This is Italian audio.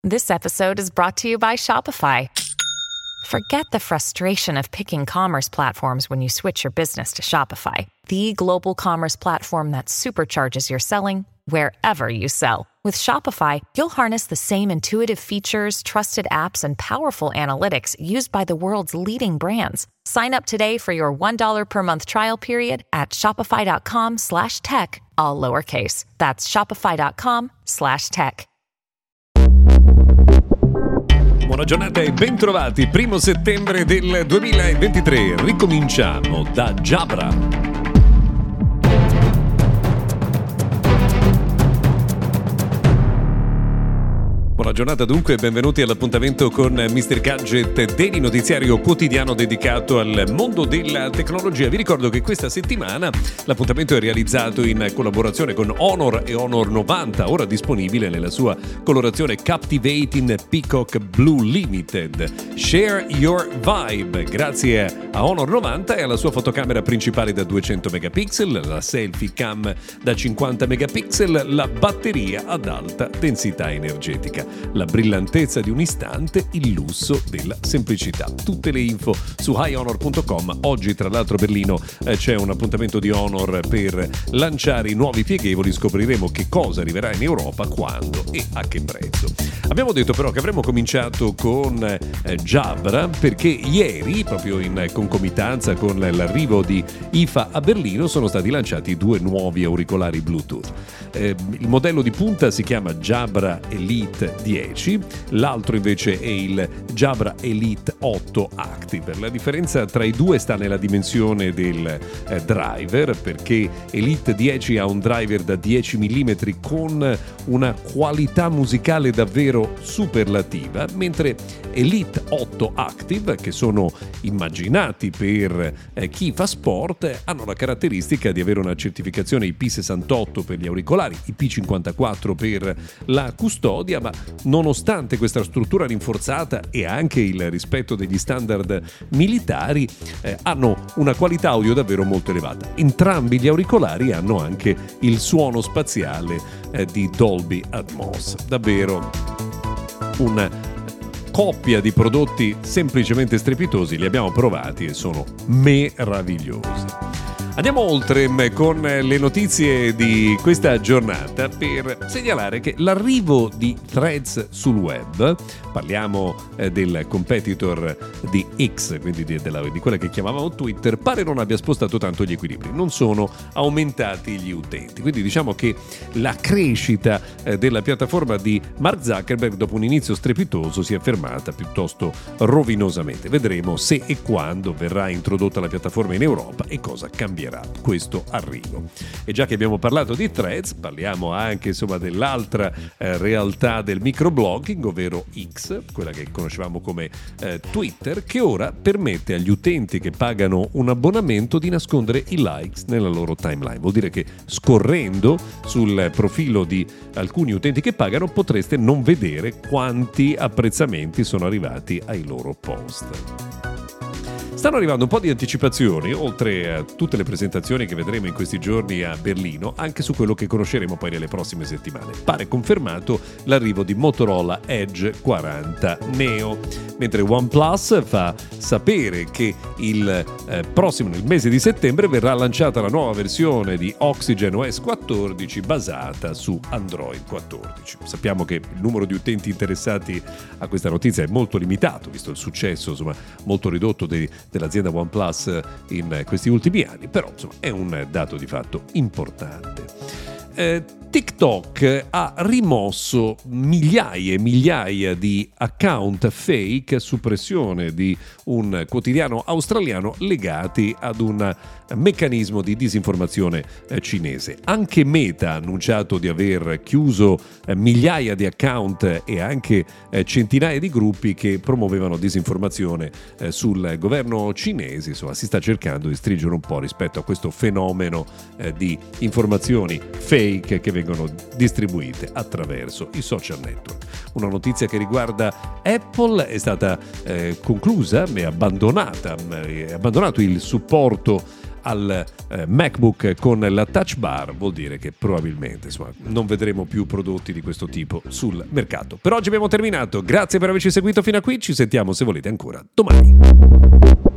This episode is brought to you by Shopify. Forget the frustration of picking commerce platforms when you switch your business to Shopify, the global commerce platform that supercharges your selling wherever you sell. With Shopify, you'll harness the same intuitive features, trusted apps, and powerful analytics used by the world's leading brands. Sign up today for your $1 per month trial period at shopify.com/tech, all lowercase. That's shopify.com/tech. Buona giornata e bentrovati. 1 settembre del 2023. Ricominciamo da Jabra. Buona giornata dunque e benvenuti all'appuntamento con Mr. Gadget, daily notiziario quotidiano dedicato al mondo della tecnologia. Vi ricordo che questa settimana l'appuntamento è realizzato in collaborazione con Honor e Honor 90, ora disponibile nella sua colorazione Captivating Peacock Blue Limited. Share your vibe, grazie a Honor 90 e alla sua fotocamera principale da 200 megapixel, la selfie cam da 50 megapixel, la batteria ad alta densità energetica. La brillantezza di un istante, il lusso della semplicità. Tutte le info su highhonor.com. Oggi tra l'altro a Berlino c'è un appuntamento di Honor per lanciare i nuovi pieghevoli. Scopriremo che cosa arriverà in Europa, quando e a che prezzo. Abbiamo detto però che avremmo cominciato con Jabra perché ieri, proprio in concomitanza con l'arrivo di IFA a Berlino, sono stati lanciati 2 nuovi auricolari Bluetooth. Il modello di punta si chiama Jabra Elite 10, l'altro invece è il Jabra Elite 8 Active. La differenza tra i due sta nella dimensione del driver, perché Elite 10 ha un driver da 10 mm con una qualità musicale davvero superlativa, mentre Elite 8 Active, che sono immaginati per chi fa sport, hanno la caratteristica di avere una certificazione IP68 per gli auricolari, IP54 per la custodia, ma nonostante questa struttura rinforzata e anche il rispetto degli standard militari, hanno una qualità audio davvero molto elevata. Entrambi gli auricolari hanno anche il suono spaziale di Dolby Atmos. Davvero una coppia di prodotti semplicemente strepitosi. Li abbiamo provati e sono meravigliosi. Andiamo oltre con le notizie di questa giornata per segnalare che l'arrivo di Threads sul web, parliamo del competitor di X, quindi di quella che chiamavamo Twitter, pare non abbia spostato tanto gli equilibri, non sono aumentati gli utenti. Quindi diciamo che la crescita della piattaforma di Mark Zuckerberg dopo un inizio strepitoso si è fermata piuttosto rovinosamente. Vedremo se e quando verrà introdotta la piattaforma in Europa e cosa cambierà questo arrivo. E già che abbiamo parlato di Threads, parliamo anche insomma dell'altra realtà del microblogging, ovvero X, quella che conoscevamo come Twitter, che ora permette agli utenti che pagano un abbonamento di nascondere i likes nella loro timeline. Vuol dire che scorrendo sul profilo di alcuni utenti che pagano potreste non vedere quanti apprezzamenti sono arrivati ai loro post. Stanno arrivando un po' di anticipazioni, oltre a tutte le presentazioni che vedremo in questi giorni a Berlino, anche su quello che conosceremo poi nelle prossime settimane. Pare confermato l'arrivo di Motorola Edge 40 Neo, mentre OnePlus fa sapere che nel mese di settembre verrà lanciata la nuova versione di Oxygen OS 14 basata su Android 14. Sappiamo che il numero di utenti interessati a questa notizia è molto limitato, visto il successo insomma molto ridotto dell'azienda OnePlus in questi ultimi anni, però insomma è un dato di fatto importante. TikTok ha rimosso migliaia e migliaia di account fake su pressione di un quotidiano australiano legati ad un meccanismo di disinformazione cinese. Anche Meta ha annunciato di aver chiuso migliaia di account e anche centinaia di gruppi che promuovevano disinformazione sul governo cinese. Insomma, si sta cercando di stringere un po' rispetto a questo fenomeno di informazioni fake che vengono distribuite attraverso i social network. Una notizia che riguarda Apple: è stata conclusa e abbandonato il supporto al MacBook con la Touch Bar, vuol dire che probabilmente non vedremo più prodotti di questo tipo sul mercato. Per oggi abbiamo terminato, grazie per averci seguito fino a qui, ci sentiamo se volete ancora domani.